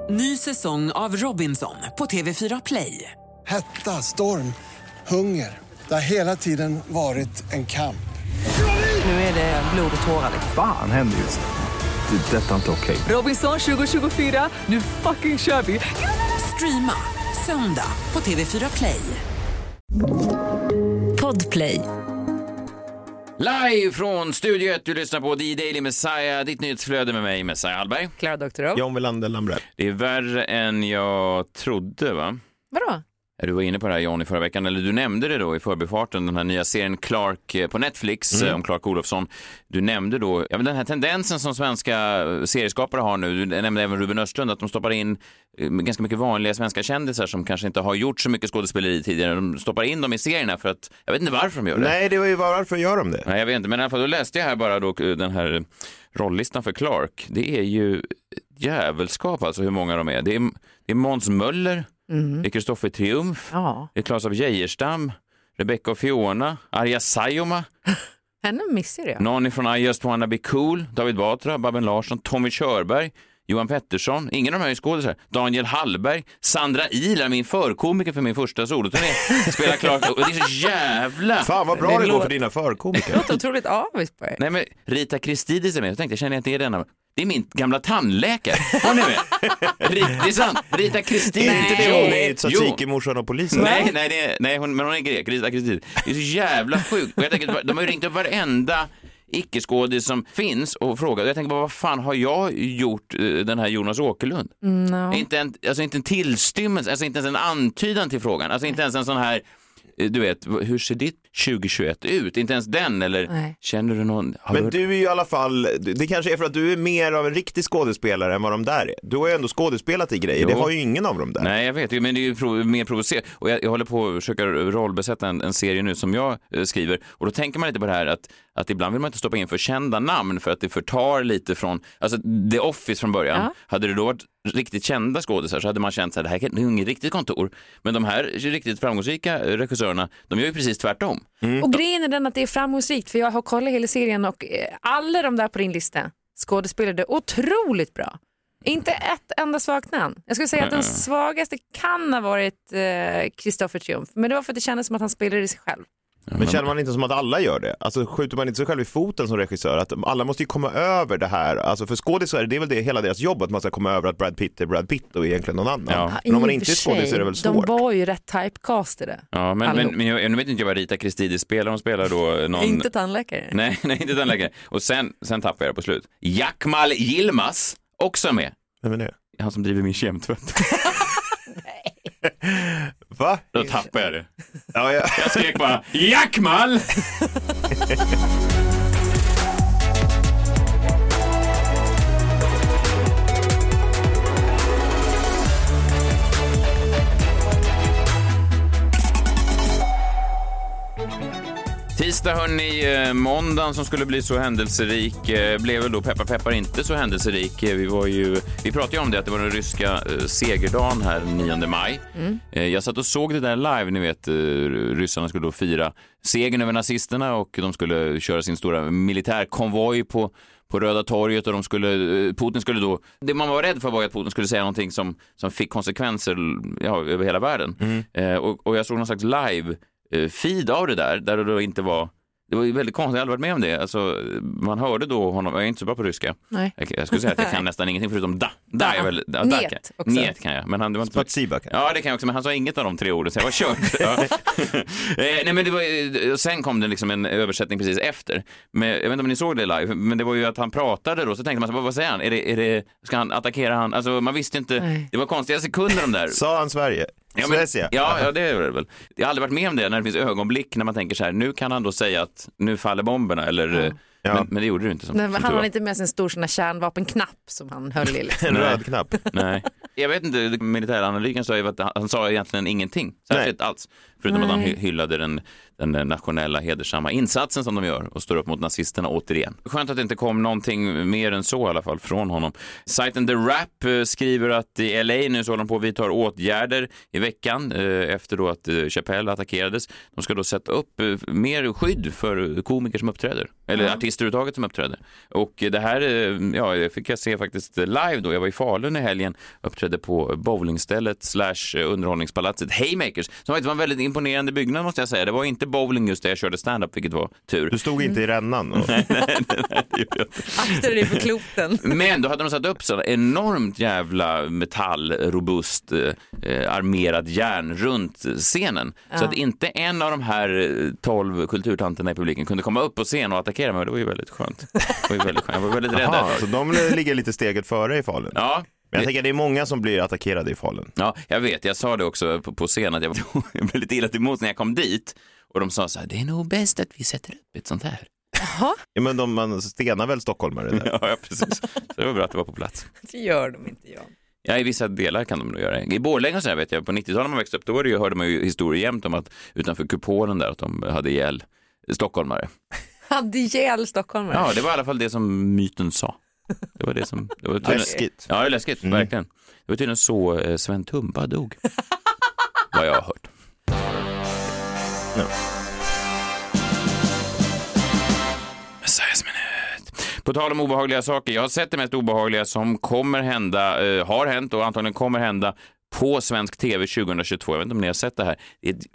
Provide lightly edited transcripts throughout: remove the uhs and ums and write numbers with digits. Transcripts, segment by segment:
Ny säsong av Robinson på TV4 Play. Hetta, storm, hunger. Det har hela tiden varit en kamp. Nu är det blod och tårar. Fan händer just nu. Det. Detta är inte okej. Robinson 2024, nu fucking kör vi. Streama söndag på TV4 Play. Podplay. Live från Studio 1, du lyssnar på The Daily Messiah, ditt nyhetsflöde med mig, Messiah Hallberg. Klara Doktorov. John Wilander Lambrell. Det är värre än jag trodde, va? Vadå? Du var inne på det här, John, i förra veckan, eller du nämnde det då i förbifarten, den här nya serien Clark på Netflix om Clark Olofsson. Du nämnde då den här tendensen som svenska serieskapare har nu, du nämnde även Ruben Östlund, att de stoppar in ganska mycket vanliga svenska kändisar som kanske inte har gjort så mycket skådespeleri tidigare. De stoppar in dem i serierna för att, jag vet inte varför de gör det. Nej, det var ju varför gör de det? Nej, jag vet inte, men i alla fall då läste jag här bara då den här rolllistan för Clark. Det är ju jävelskap alltså hur många de är. Det är Måns Möller, det är Kristoffer Triumf, det är Claes av Geijerstam, Rebecca och Fiona, Arja Saijonmaa, henne missar jag. någon från I Just Wanna Be Cool, David Batra, Babben Larsson, Tommy Körberg, Johan Pettersson, ingen av de här är skådespelare, Daniel Hallberg, Sandra Ilar, min förkomiker för min första soloturné, spelar Clark, och det är så jävla... Fan vad bra det går för dina förkomiker. Det låter otroligt avis på er. Nej, men Rita Christidis är med, jag tänkte, jag känner inte är denna. Det är min gamla tandläkare. Hon är med. Det är sant. Rita Christidis. Inte det hon är Tsatsiki, morsan och polisen. Nej, men hon är grek. Rita Christidis. Det är så jävla sjukt. Och jag tänker, de har ju ringt upp varenda icke-skådis som finns och frågat. Jag tänker bara, vad fan har jag gjort den här Jonas Åkerlund? No. Inte en tillstymmelse, alltså inte ens en antydan till frågan. Alltså inte ens en sån här, du vet, hur ser ditt 2021 ut? Inte ens den, eller känner du någon? Men du är ju i alla fall, det kanske är för att du är mer av en riktig skådespelare än vad de där är. Du har ju ändå skådespelat i grejer, det har ju ingen av dem där. Nej, jag vet ju, men det är ju mer provocerande. Och jag håller på att försöka rollbesätta en serie nu som jag skriver. Och då tänker man lite på det här att ibland vill man inte stoppa in för kända namn för att det förtar lite från, alltså The Office från början. Ja. Hade det då varit riktigt kända skådespelare så hade man känt att det här är inget riktigt kontor. Men de här riktigt framgångsrika regissörerna, de gör ju precis tvärtom. Och grejen är den att det är framgångsrikt, för jag har kollat hela serien och alla de där på din lista skådespelade otroligt bra. Inte ett enda svagt namn. Jag skulle säga att den svagaste kan ha varit Kristoffer Triumf, men det var för att det kändes som att han spelade i sig själv. Men känner man inte som att alla gör det? Alltså skjuter man inte sig själv i foten som regissör? Att alla måste ju komma över det här. Alltså för skådespelare, det är väl det hela deras jobb, att man ska komma över att Brad Pitt är Brad Pitt och egentligen någon annan. Ja. Men om man inte är skådespelare så är det väl svårt. De var ju rätt typecastade. Ja, men jag vet inte vad Rita Christidis spelar. Hon spelar då någon... Inte tandläkare. Nej, inte tandläkare. Och sen tappar jag det på slut. Jakmal Yilmaz, också med. Vem är det? Han som driver min kemtvätt. Va? Då tappar jag det. Ja. Jag skrek bara, Jakmal! Tisdag hörni, måndagen som skulle bli så händelserik blev väl då peppar inte så händelserik. Vi pratade ju om det, att det var den ryska segerdagen här 9 maj. Jag satt och såg det där live, ni vet, ryssarna skulle då fira segern över nazisterna och de skulle köra sin stora militärkonvoj på Röda torget och Putin skulle då, det man var rädd för var att Putin skulle säga någonting som fick konsekvenser över hela världen. Och jag såg någon slags live feed av det där det då inte var, det var ju väldigt konstigt, jag hade varit med om det. Alltså, man hörde då honom, jag är inte så bra på ryska. Nej. Jag skulle säga att jag kan nästan ingenting förutom da är väl, Net också. Net kan jag. Men han, det var inte Spatsiba kan jag. Ja, det kan jag också, men han sa inget av de 3 orden så jag var kört. Ja. Nej, men det var, sen kom det liksom en översättning precis efter. Men, jag vet inte om ni såg det live, men det var ju att han pratade då, så tänkte man, vad säger han? Är det, ska han attackera han? Alltså man visste inte, det var konstiga sekunder de där. Sa han Sverige? Ja, det är det väl. Jag har aldrig varit med om det när det finns ögonblick när man tänker så här, nu kan han då säga att nu faller bomberna eller men det gjorde det inte. Han har inte med sig en stor sån här kärnvapenknapp som han höll i. Liksom. En röd knapp. Nej. Jag vet inte, militäranalytikern sa ju att han sa egentligen ingenting. Särskilt alls. Förutom att han hyllade den nationella hedersamma insatsen som de gör och står upp mot nazisterna återigen. Skönt att det inte kom någonting mer än så i alla fall från honom. Sajten The Wrap skriver att i LA nu så håller de på att vidta åtgärder i veckan efter då att Chappelle attackerades. De ska då sätta upp mer skydd för komiker som uppträder. Eller artister uttaget som uppträder. Och det här fick jag se faktiskt live då. Jag var i Falun i helgen, uppträdde på bowlingstället / underhållningspalatset Haymakers. Som faktiskt var en väldigt imponerande byggnad måste jag säga. Det var inte bowling just där jag körde stand-up, vilket var tur. Du stod inte i rännan? Och... nej, Aktade dig för kloten. Men då hade de satt upp så enormt jävla metallrobust armerad järn runt scenen. Så att inte en av de här 12 kulturtanterna i publiken kunde komma upp på scen och attackera mig. Det var ju väldigt skönt. Jag var väldigt rädd. Så de ligger lite steget före i Falun? Ja. Men jag tänker att det är många som blir attackerade i Falun. Ja, jag vet. Jag sa det också på scen att jag var väldigt illa till emot när jag kom dit. Och de sa så här, det är nog bäst att vi sätter upp ett sånt här. Jaha. Ja, men man stenar väl stockholmare där? Ja, precis. Så det var bra att det var på plats. Det gör de inte, Jan. Ja, i vissa delar kan de nog göra. I Borlänge så här vet jag, på 90-talet när man växte upp, då hörde man ju historier jämt om att utanför kupolen där att de hade ihjäl stockholmare. Hade ihjäl stockholmare? Ja, det var i alla fall det som myten sa. Det var det som... Det var läskigt. Ja, det är läskigt, verkligen. Det var tydligen så Sven Tumba dog. Vad jag har hört. Ja. Messiahs minut. På tal om obehagliga saker. Jag har sett det mest obehagliga som kommer hända, har hänt och antagligen kommer hända på svensk tv 2022. Jag vet inte om ni har sett det här. Det är ett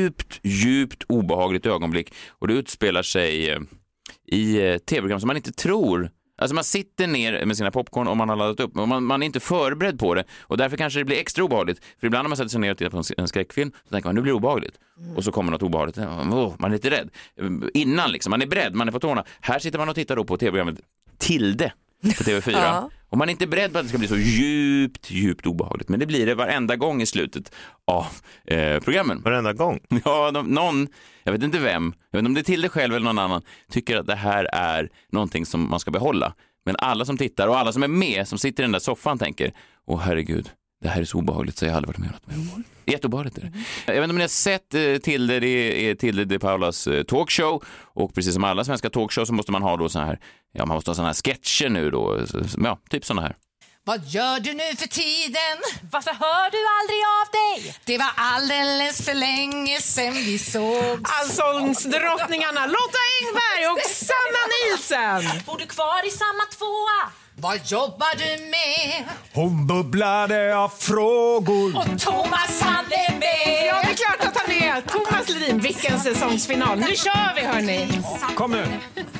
djupt obehagligt ögonblick. Och det utspelar sig i tv-program som man inte tror. Alltså man sitter ner med sina popcorn och man har laddat upp. Och man är inte förberedd på det. Och därför kanske det blir extra obehagligt. För ibland när man sätter sig ner och tittar på en skräckfilm så tänker man, nu blir det obehagligt. Och så kommer något obehagligt. Man är lite rädd. Innan liksom, man är beredd, man är på tårna. Här sitter man och tittar då på tv-programmet Tilde på TV4. Ja. Och man är inte beredd på att det ska bli så djupt obehagligt. Men det blir det varenda gång i slutet av programmen. Varenda gång? Ja, någon, jag vet inte vem, jag vet inte om det är Tilde själv eller någon annan, tycker att det här är någonting som man ska behålla. Men alla som tittar och alla som är med, som sitter i den där soffan tänker, åh herregud, det här är så obehagligt så jag har aldrig varit med om något mer obehagligt. Jätteobehagligt är det. Jag vet inte om ni har sett Tilde, det är Tilde de Paulas talkshow. Och precis som alla svenska talkshow så måste man ha då så här, ja man måste ha såna här sketcher nu då, ja typ såna här. Vad gör du nu för tiden? Varför hör du aldrig av dig? Det var alldeles för länge sedan vi såg. Allsångsdrottningarna Lotta Engberg och Sanna Nielsen. Bor du kvar i samma tvåa? Vad jobbar du med? Hon bubblade av frågor. Och Thomas han är med. Ja, det är klart att han är. Thomas Ledin, vilken säsongsfinal. Nu kör vi hörni. Kom nu.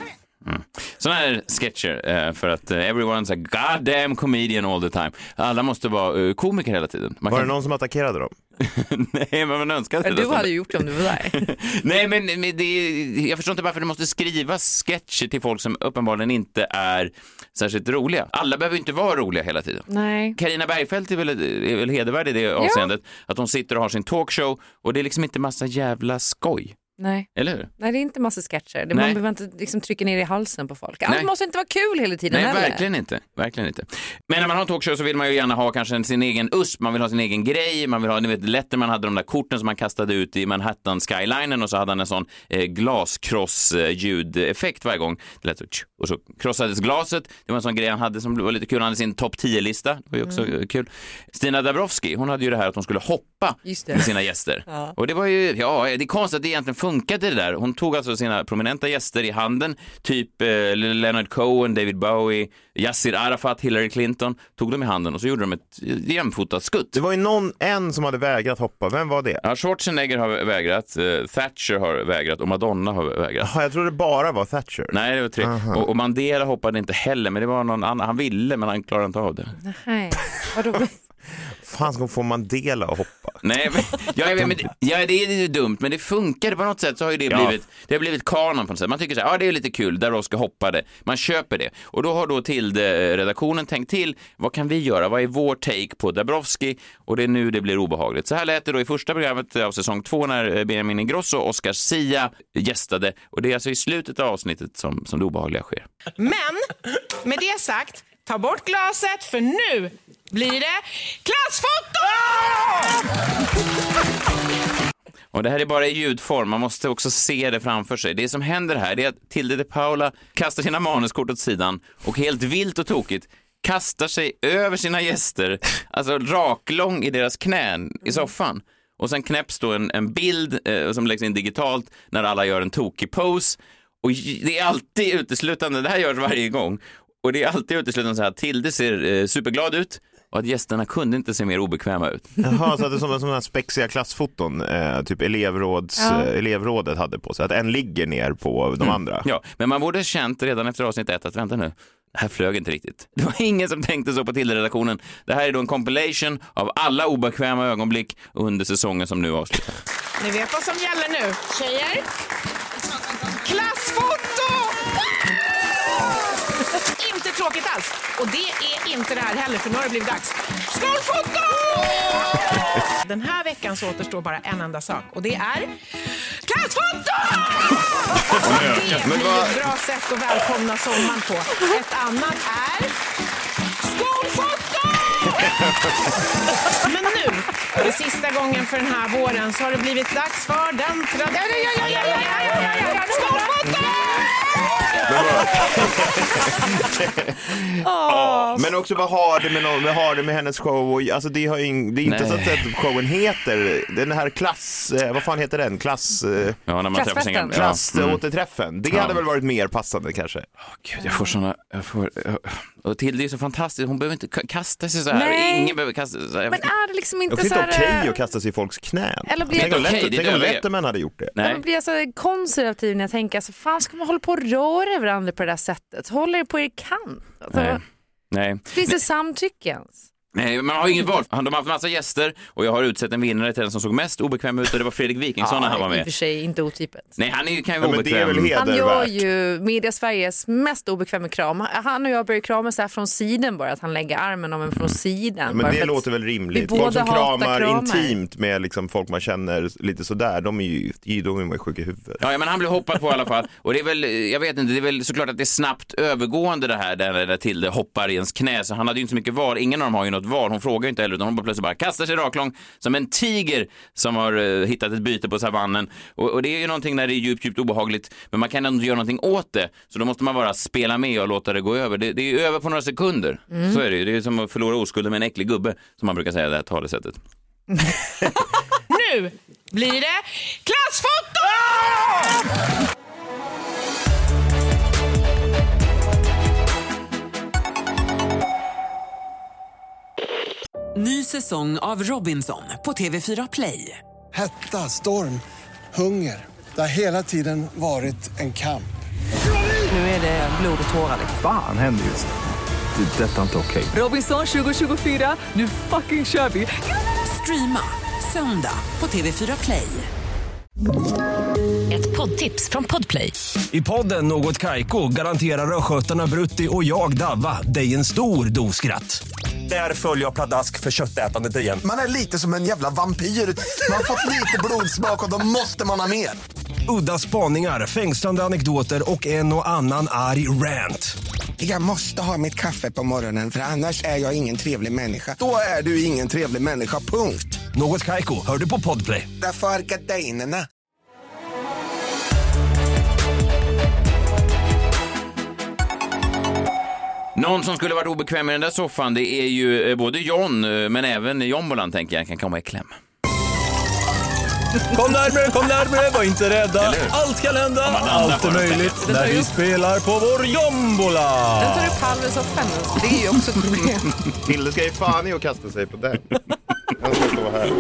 Sådana här sketcher för att everyone's a goddamn comedian all the time. Alla måste vara komiker hela tiden. Var det någon som attackerade dem? Nej, men man önskar det. Du hade ju gjort det om du var där. Nej, men jag förstår inte varför det måste skrivas sketcher till folk som uppenbarligen inte är särskilt roliga. Alla behöver inte vara roliga hela tiden. Nej. Carina Bergfeldt är väl hedervärd i det avseendet. Att hon sitter och har sin talkshow och det är liksom inte massa jävla skoj. Nej. Eller hur? Nej, det är inte massa sketcher. Man behöver inte liksom trycka ner i halsen på folk. Allt måste inte vara kul hela tiden. Nej, verkligen inte. Men när man har en talkshow så vill man ju gärna ha kanske sin egen USP. Man vill ha sin egen grej. Man vill ha, ni vet, Letterman hade de där korten som man kastade ut i Manhattan Skylinen och så hade han en sån glaskross-ljudeffekt varje gång. Det lät så, och så krossades glaset. Det var en sån grej han hade som var lite kul. Han hade sin topp 10-lista. Det var ju också kul. Stina Dabrowski, hon hade ju det här att hon skulle hoppa med sina gäster. Ja. Och det var ju, det är konstigt att det egentligen funkade det där. Hon tog alltså sina prominenta gäster i handen, typ Leonard Cohen, David Bowie, Yassir Arafat, Hillary Clinton, tog dem i handen och så gjorde de ett jämfotat skutt. Det var ju en som hade vägrat hoppa. Vem var det? Ja, Schwarzenegger har vägrat, Thatcher har vägrat och Madonna har vägrat. Ja, jag tror det bara var Thatcher. Nej, det var 3. Och Mandela hoppade inte heller, men det var någon annan. Han ville, men han klarade inte av det. Nej, vadå? Fan, ska få Mandela att hoppa? Nej, men, det är ju dumt, men det funkar på något sätt så har ju det blivit kanon på något sätt. Man tycker så här, det är lite kul, Dabrowski hoppade. Man köper det. Och då har då redaktionen tänkt till, vad kan vi göra? Vad är vår take på Dabrowski? Och det är nu det blir obehagligt. Så här lät det då i första programmet av säsong 2 när Benjamin Ingrosso och Oscar Sia gästade. Och det är alltså i slutet av avsnittet som det obehagliga sker. Men, med det sagt, ta bort glaset för nu blir det klassfoto! Och det här är bara i ljudform, man måste också se det framför sig. Det som händer här är att Tilde de Paula kastar sina manuskort åt sidan och helt vilt och tokigt kastar sig över sina gäster, alltså raklång i deras knän i soffan. Och sen knäpps då en bild som läggs in digitalt när alla gör en tokig pose. Och det är alltid uteslutande, det här görs varje gång. Och det är alltid uteslutande så här, Tilde ser superglad ut. Och att gästerna kunde inte se mer obekväma ut. Jaha, så att det är som en sån här spexiga klassfoton typ elevrådet hade på sig. Att en ligger ner på de andra. Ja, men man borde känt redan efter avsnitt 1 att vänta nu, det här flög inte riktigt. Det var ingen som tänkte så på Tilde-redaktionen. Det här är då en compilation av alla obekväma ögonblick under säsongen som nu avslutar. Ni vet vad som gäller nu, tjejer. Klassfoto! Inte tråkigt alls. Och det är inte det här heller, för nu har det blivit dags. Skolfoto! Den här veckan så återstår bara en enda sak. Och det är klassfoto! Det blir ett bra sätt att välkomna sommaren på. Ett annat är skolfoto! Men nu, för det sista gången för den här våren, så har det blivit dags för den skolfoto! Men också vad har det med hennes show och, alltså det är inte så att showen heter den här vad fan heter den? Ja, när man träffar sin klassåterträffen. Det hade väl varit mer passande kanske. Gud, jag får och Tilde är så fantastiskt, hon behöver inte kasta sig så här. Nej. Ingen behöver kasta sig så här. Men är det liksom inte så så här... okej att kasta sig i folks knän. Eller blir Tänk om Letterman hade gjort det. Nej. Jag blir så konservativ när jag tänker, alltså, fan ska man hålla på och röra varandra på det där sättet? Håller det på er kant? Alltså, Nej. Finns det samtycke ens? Nej, man har inget val. De har haft massa gäster och jag har utsett en vinnare till den som såg mest obekväm ut och det var Fredrik Wikingsson när han var med. I och för sig inte otypet. Nej, han kan ju vara obekväm. Han gör ju Media Sveriges mest obekväma kram. Han och jag börjar krama så här från sidan bara, att han lägger armen om en från sidan. Men det låter väl rimligt. Folk som kramar intimt med liksom folk man känner lite sådär, de är ju sjuka i huvudet. Ja, men han blir hoppad på i alla fall. Och det är väl, jag vet inte, det är väl såklart att det är snabbt övergående det här där Tilde hoppar i ens knä. Så han hade ju inte så mycket val. Ingen av dem har ju något val. Hon frågar inte heller, utan hon bara plötsligt kastar sig raklång som en tiger som har hittat ett byte på savannen. Och det är ju någonting när det är djupt obehagligt, men man kan ändå göra någonting åt det. Så då måste man bara spela med och låta det gå över. Det är över på några sekunder. Så är det ju. Det är som att förlora oskulden med en äcklig gubbe, som man brukar säga det här talesättet. Nu blir det klassfoto! Ny säsong av Robinson på TV4 Play. Hetta, storm, hunger. Det har hela tiden varit en kamp. Nu är det blod och tårar. Fan händer just det. Detta är inte okej. Robinson 2024, nu fucking kör vi. Streama söndag på TV4 Play. Ett poddtips från Podplay. I podden Något Kaiko garanterar röskötarna Brutti och jag Davva dig en stor doskratt. Där följer jag pladask för köttätandet igen. Man är lite som en jävla vampyr. Man har fått lite blodsmak och då måste man ha mer. Udda spaningar, fängslande anekdoter och en och annan arg rant. Jag måste ha mitt kaffe på morgonen, för annars är jag ingen trevlig människa. Då är du ingen trevlig människa, punkt. Något Kaiko, hör du på Podplay. Därför är gardinerna. Någon som skulle varit obekväm i den där soffan, det är ju både John, men även Jombolan, tänker jag, kan komma i kläm. Kom närmare, var inte rädda. Allt kan hända, allt är möjligt när vi spelar på vår Jombola. Den tar upp halva soffan, det är ju också ett problem. Tilde ska ju fan i och kasta sig på den. Han ska stå här.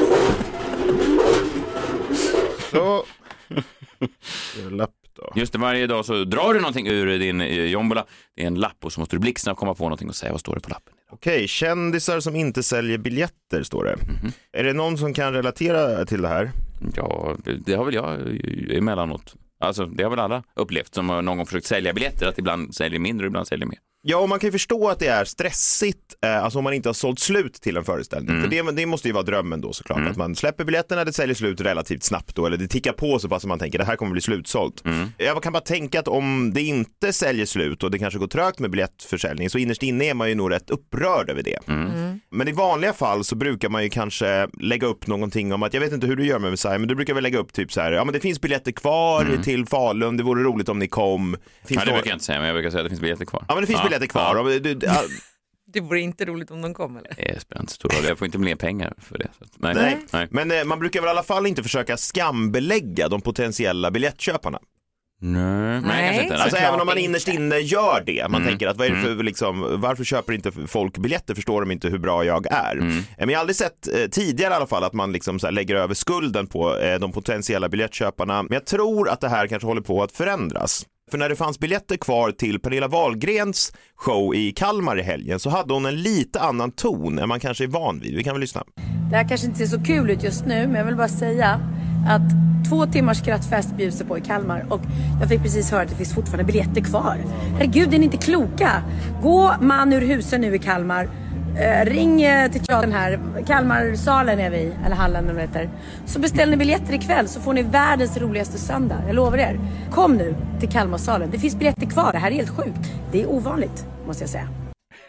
Så. Lapp då. Just det, varje dag så drar du någonting ur din Jombola. Det är en lapp och så måste du blixtsnabbt komma på någonting och säga vad står det på lappen. Okej, kändisar som inte säljer biljetter står det. Är det någon som kan relatera till det här? Ja, det har väl jag emellanåt. Alltså, det har väl alla upplevt som någon gång försökt sälja biljetter, att ibland säljer mindre och ibland säljer mer. Ja, och man kan ju förstå att det är stressigt, alltså om man inte har sålt slut till en föreställning. För det måste ju vara drömmen då såklart, att man släpper biljetterna, det säljer slut relativt snabbt då, eller det tickar på så pass som man tänker, det här kommer bli slutsålt. Jag kan bara tänka att om det inte säljer slut och det kanske går trögt med biljettförsäljning, så innerst inne är man ju nog rätt upprörd över det. Men i vanliga fall så brukar man ju kanske lägga upp någonting om att, jag vet inte hur du gör med Messiah, men du brukar väl lägga upp typ så här, ja men det finns biljetter kvar till Falun, det vore roligt om ni kom. Det brukar jag inte säga, men jag brukar säga att det finns biljetter kvar. Ja, men det finns biljetter kvar. Det vore inte roligt om de kom, eller? Det spelar inte stor roll, jag får inte mer pengar för det. Så att, nej. Men man brukar väl i alla fall inte försöka skambelägga de potentiella biljettköparna. Nej, kanske inte. Alltså även om man innerst inne gör det. Man tänker att vad är det för, liksom, varför köper inte folk biljetter? Förstår de inte hur bra jag är? Men jag har aldrig sett tidigare i alla fall att man liksom så här lägger över skulden på de potentiella biljettköparna. Men jag tror att det här kanske håller på att förändras. För när det fanns biljetter kvar till Pernilla Wahlgrens show i Kalmar i helgen så hade hon en lite annan ton än man kanske är van vid. Vi kan väl lyssna. Det här kanske inte ser så kul ut just nu, men jag vill bara säga att 2 timmars skrattfest bjuds på i Kalmar och jag fick precis höra att det finns fortfarande biljetter kvar. Herregud, är ni inte kloka? Gå man ur husen nu i Kalmar. Ring till teatern här, Kalmarsalen är vi, eller hallen eller heter. Så beställ ni biljetter ikväll så får ni världens roligaste söndag. Jag lovar er. Kom nu till Kalmarsalen. Det finns biljetter kvar. Det här är helt sjukt. Det är ovanligt, måste jag säga.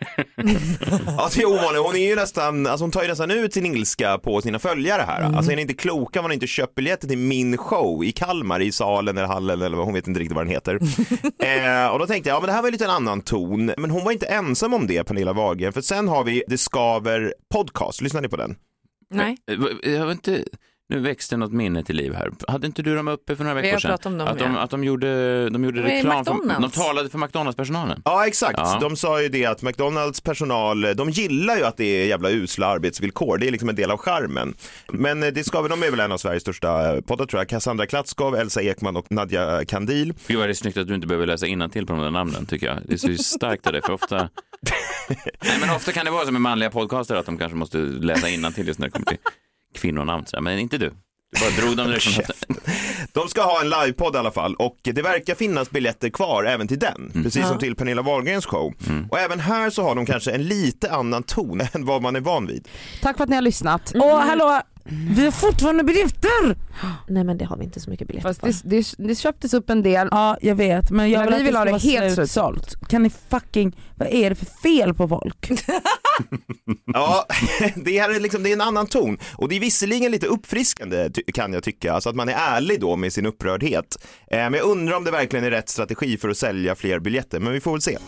Ja, det är ovanligt. Hon är ju nästan, alltså hon tar ju nästan ut sin ilska på sina följare här. Alltså är ni inte kloka, man har inte köpt biljetter till min show i Kalmar, i salen eller hallen eller vad, hon vet inte riktigt vad den heter. Och då tänkte jag, ja men det här var lite en annan ton. Men hon var inte ensam om det, Pernilla Wahlgren. För sen har vi Det Skaver podcast. Lyssnar ni på den? Nej. Jag vet inte. Nu växte något minne till liv här. Hade inte du dem uppe för några veckor sedan? Om dem, att de gjorde reklam för, de talade för McDonalds-personalen. Ja, exakt. Ja. De sa ju det att McDonalds personal, de gillar ju att det är jävla usla arbetsvillkor. Det är liksom en del av charmen. Men Det Skaver, de är väl en av Sveriges största poddar tror jag. Cassandra Klatskov, Elsa Ekman och Nadja Kandil. Gud vad det är snyggt att du inte behöver läsa innantill på de där namnen, tycker jag. Det är så starkt av det, för ofta... Nej, men ofta kan det vara som med manliga podcaster att de kanske måste läsa innantill just när det kommer till kvinnonamn. Men inte du. Du bara drog dem De ska ha en livepodd i alla fall och det verkar finnas biljetter kvar även till den, precis som till Pernilla Wahlgrens show. Och även här så har de kanske en lite annan ton än vad man är van vid. Tack för att ni har lyssnat. Och hallå, vi har fortfarande biljetter. Nej, men det har vi inte så mycket biljetter. Fast det köptes upp en del. Ja, jag vet, men vi vill ha det helt slutsålt. Kan ni fucking, vad är det för fel på folk? Ja, det här är liksom, det är en annan ton. Och det är visserligen lite uppfriskande kan jag tycka, alltså att man är ärlig då med sin upprördhet. Men jag undrar om det verkligen är rätt strategi för att sälja fler biljetter, men vi får väl se.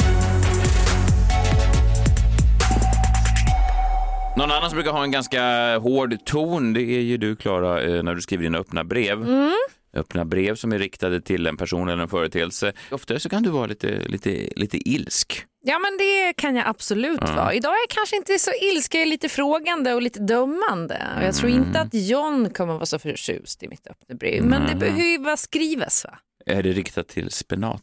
Någon annan som brukar ha en ganska hård ton, det är ju du, Klara, när du skriver dina öppna brev. Öppna brev som är riktade till en person eller en företeelse. Ofta så kan du vara lite ilsk. Ja, men det kan jag absolut vara. Idag är jag kanske inte så ilsk, jag är lite frågande och lite dömande. Och jag tror inte att John kommer vara så förtjust i mitt öppna brev. Men det behöver skrivas, va? Är det riktat till spenat?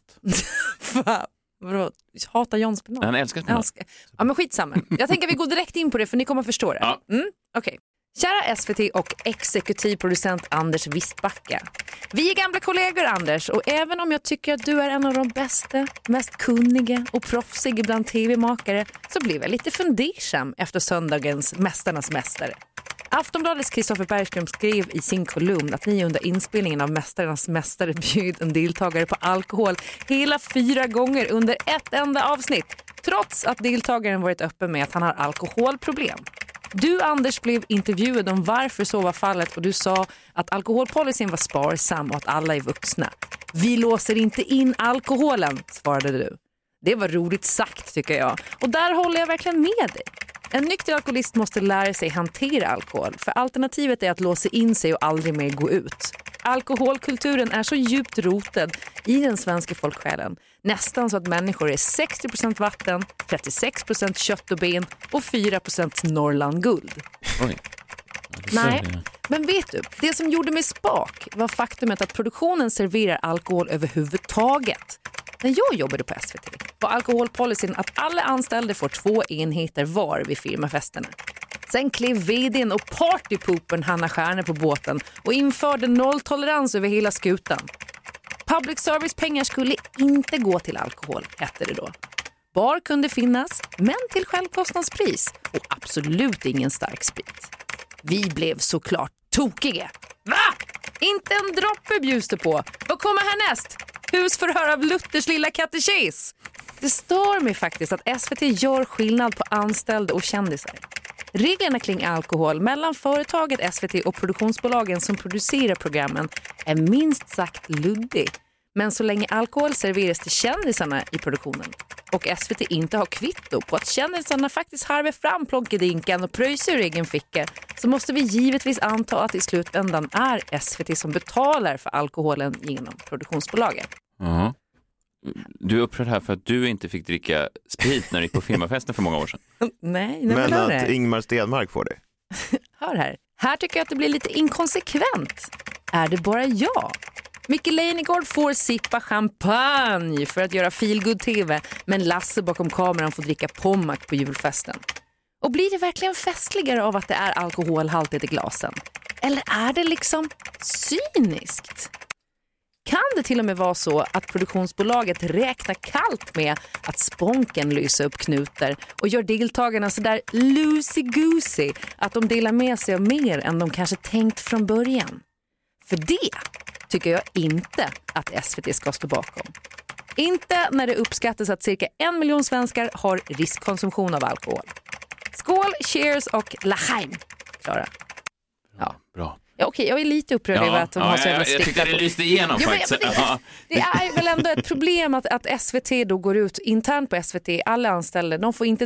Vadå? Hatar John spenat? Han älskar spenat. Ja, men skitsamma. Jag tänker att vi går direkt in på det, för ni kommer att förstå det. Ja. Okej. Kära SVT och exekutivproducent Anders Wistbacka. Vi är gamla kollegor, Anders, och även om jag tycker att du är en av de bästa, mest kunniga och proffsiga bland tv-makare, så blev jag lite fundersam efter söndagens Mästarnas mästare. Aftonbladets Kristoffer Bergström skrev i sin kolumn att ni under inspelningen av Mästarnas mästare bjöd en deltagare på alkohol hela 4 gånger under ett enda avsnitt, trots att deltagaren varit öppen med att han har alkoholproblem. Du, Anders, blev intervjuad om varför så var fallet och du sa att alkoholpolicyn var sparsam och att alla är vuxna. Vi låser inte in alkoholen, svarade du. Det var roligt sagt, tycker jag. Och där håller jag verkligen med dig. En nykter alkoholist måste lära sig hantera alkohol, för alternativet är att låsa in sig och aldrig mer gå ut. Alkoholkulturen är så djupt rotad i den svenska folksjälen. Nästan så att människor är 60% vatten, 36% kött och ben och 4% Norrland-guld. Oj. Nej, men vet du, det som gjorde mig spak var faktumet att produktionen serverar alkohol överhuvudtaget. När jag jobbade på SVT var alkoholpolicyn att alla anställda får 2 enheter var vid firmafesterna. Sen klev vdn och partypoopen Hanna Stjärne på båten och införde nolltolerans över hela skutan. Public service-pengar skulle inte gå till alkohol, hette det då. Bar kunde finnas, men till självkostnadspris och absolut ingen stark sprit. Vi blev såklart tokiga. Va? Inte en droppe bjuds det på. Vad kommer härnäst? Husförhör av Luthers lilla katekes. Det stör mig faktiskt att SVT gör skillnad på anställda och kändisar. Reglerna kring alkohol mellan företaget SVT och produktionsbolagen som producerar programmen är minst sagt luddig. Men så länge alkohol serveras till kändisarna i produktionen och SVT inte har kvitto på att kändisarna faktiskt harvar fram plonkedinkan och pröjser ur egen ficka, så måste vi givetvis anta att i slutändan är SVT som betalar för alkoholen genom produktionsbolagen. Ja. Du är upprörd här för att du inte fick dricka sprit när du gick på firmafesten för många år sedan. Nej, men att Ingmar Stenmark får det. Hör här. Här tycker jag att det blir lite inkonsekvent. Är det bara jag? Micke Leijnegård får sippa champagne för att göra feelgood TV, men Lasse bakom kameran får dricka pommac på julfesten. Och blir det verkligen festligare av att det är alkoholhaltigt i glasen? Eller är det liksom cyniskt? Kan det till och med vara så att produktionsbolaget räknar kallt med att Sponken lyser upp knutar och gör deltagarna så där loosey-goosey att de delar med sig av mer än de kanske tänkt från början? För det tycker jag inte att SVT ska stå bakom. Inte när det uppskattas att cirka 1 miljon svenskar har riskkonsumtion av alkohol. Skål, cheers och lachaim, Klara. Ja, bra. Ja, okej, jag är lite upprörd över att de har så jävla jag tyckte det lyste igenom faktiskt. Det är väl ändå ett problem att SVT då går ut internt på SVT, alla anställda,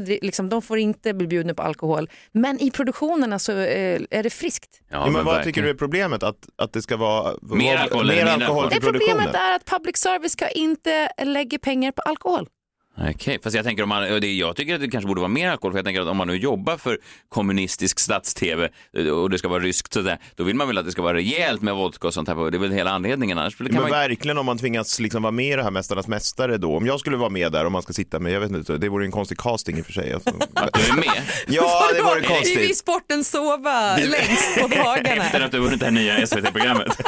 de får inte bli bjudna på alkohol, men i produktionerna så är det friskt. Ja, men vad tycker du är problemet? Att det ska vara mer alkohol till produktionen? Problemet är att public service ska inte lägga pengar på alkohol. Okej, fast jag tänker jag tycker att det kanske borde vara mer alkohol, för jag tänker att om man nu jobbar för kommunistisk stats-tv och det ska vara ryskt sådär, då vill man väl att det ska vara rejält med vodka och sånt här, det är väl hela anledningen annars. Men verkligen, om man tvingas liksom vara med i det här Mästarnas mästare då, om jag skulle vara med där och man ska sitta med, jag vet inte, det vore en konstig casting i och för sig. Alltså. Att du är med? Ja, det vore konstigt. Vi sporten sova längst på dagarna. Efter att du vunnit det här nya SVT-programmet.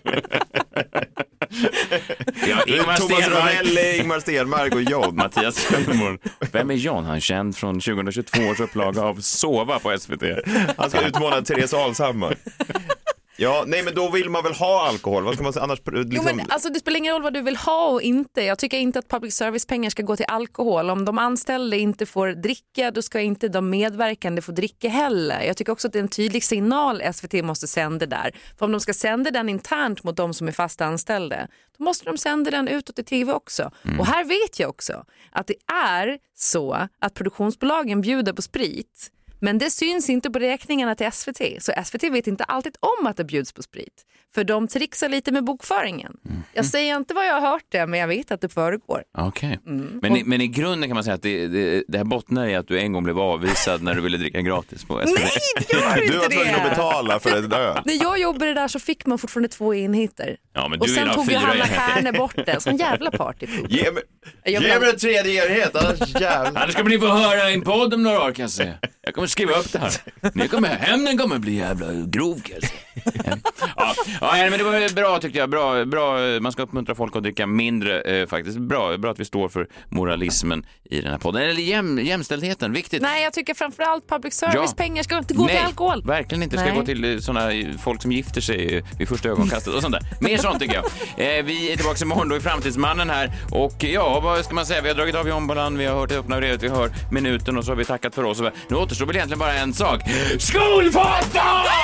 Ja, Thomas Ravelli, Ingmar Stenmark och John. Mattias Sjömorn. Vem är John? Han är känd från 2022 års upplaga av Sova på SVT. Han ska utmana Therese Alshammar. Ja, nej, men då vill man väl ha alkohol. Vad ska man säga annars? Liksom... Jo, men alltså, det spelar ingen roll vad du vill ha och inte. Jag tycker inte att public service-pengar ska gå till alkohol. Om de anställda inte får dricka, då ska inte de medverkande få dricka heller. Jag tycker också att det är en tydlig signal SVT måste sända där. För om de ska sända den internt mot de som är fast anställda, då måste de sända den utåt i tv också. Och här vet jag också att det är så att produktionsbolagen bjuder på sprit. Men det syns inte på räkningarna till SVT. Så SVT vet inte alltid om att det bjuds på sprit. För de trixar lite med bokföringen. Jag säger inte vad jag har hört det, men jag vet att det föregår. Okej. Men i grunden kan man säga att det här bottnar i att du en gång blev avvisad när du ville dricka gratis på SVT. Nej, det gör inte det! Du var tvungen att betala för det där. När jag jobbade där så fick man fortfarande 2 enheter. Ja, men och du sen tog ju Hanna Härne bort det. Sån jävla partypop. Ge mig en 3:e enhet, annars ska ni få höra en podd om några år, kan jag säga. Jag kommer skriva upp det här. Ni kommer hem, den kommer bli jävla grov, kan jag säga. Ja, men det var bra tyckte jag. Bra. Man ska uppmuntra folk att dricka mindre faktiskt. Bra att vi står för moralismen i den här podden. Eller jämställdheten, viktigt. Nej, jag tycker framförallt public service-pengar ska inte gå till alkohol. Verkligen inte. Ska gå till sådana folk som gifter sig vid första ögonkastet och sånt där. Mer sånt tycker jag. Vi är tillbaka imorgon, då är Framtidsmannen här. Och ja, vad ska man säga? Vi har dragit av i ombalan, vi har hört det öppna brevet, vi hör minuten och så har vi tackat för oss. Nu återstår väl egentligen bara en sak. Skolfoto!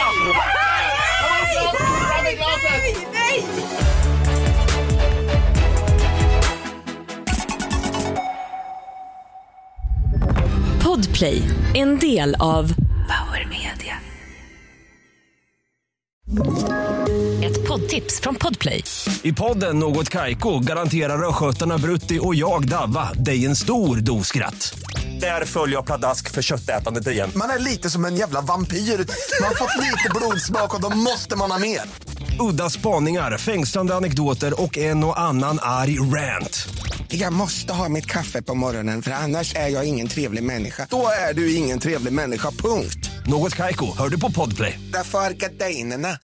Nej! Podplay, en del av Power Media. Ett poddtips från Podplay. I podden Något Kaiko garanterar röskötarna Brutti och jag Davva dig en stor doskratt. Där följer jag pladask för köttätandet igen. Man är lite som en jävla vampyr. Man har fått lite blodsmak och då måste man ha mer. Udda spaningar, fängslande anekdoter och en och annan arg rant. Jag måste ha mitt kaffe på morgonen, för annars är jag ingen trevlig människa. Då är du ingen trevlig människa, punkt. Något Kaiko, hör du på Podplay. Därför är gardinerna.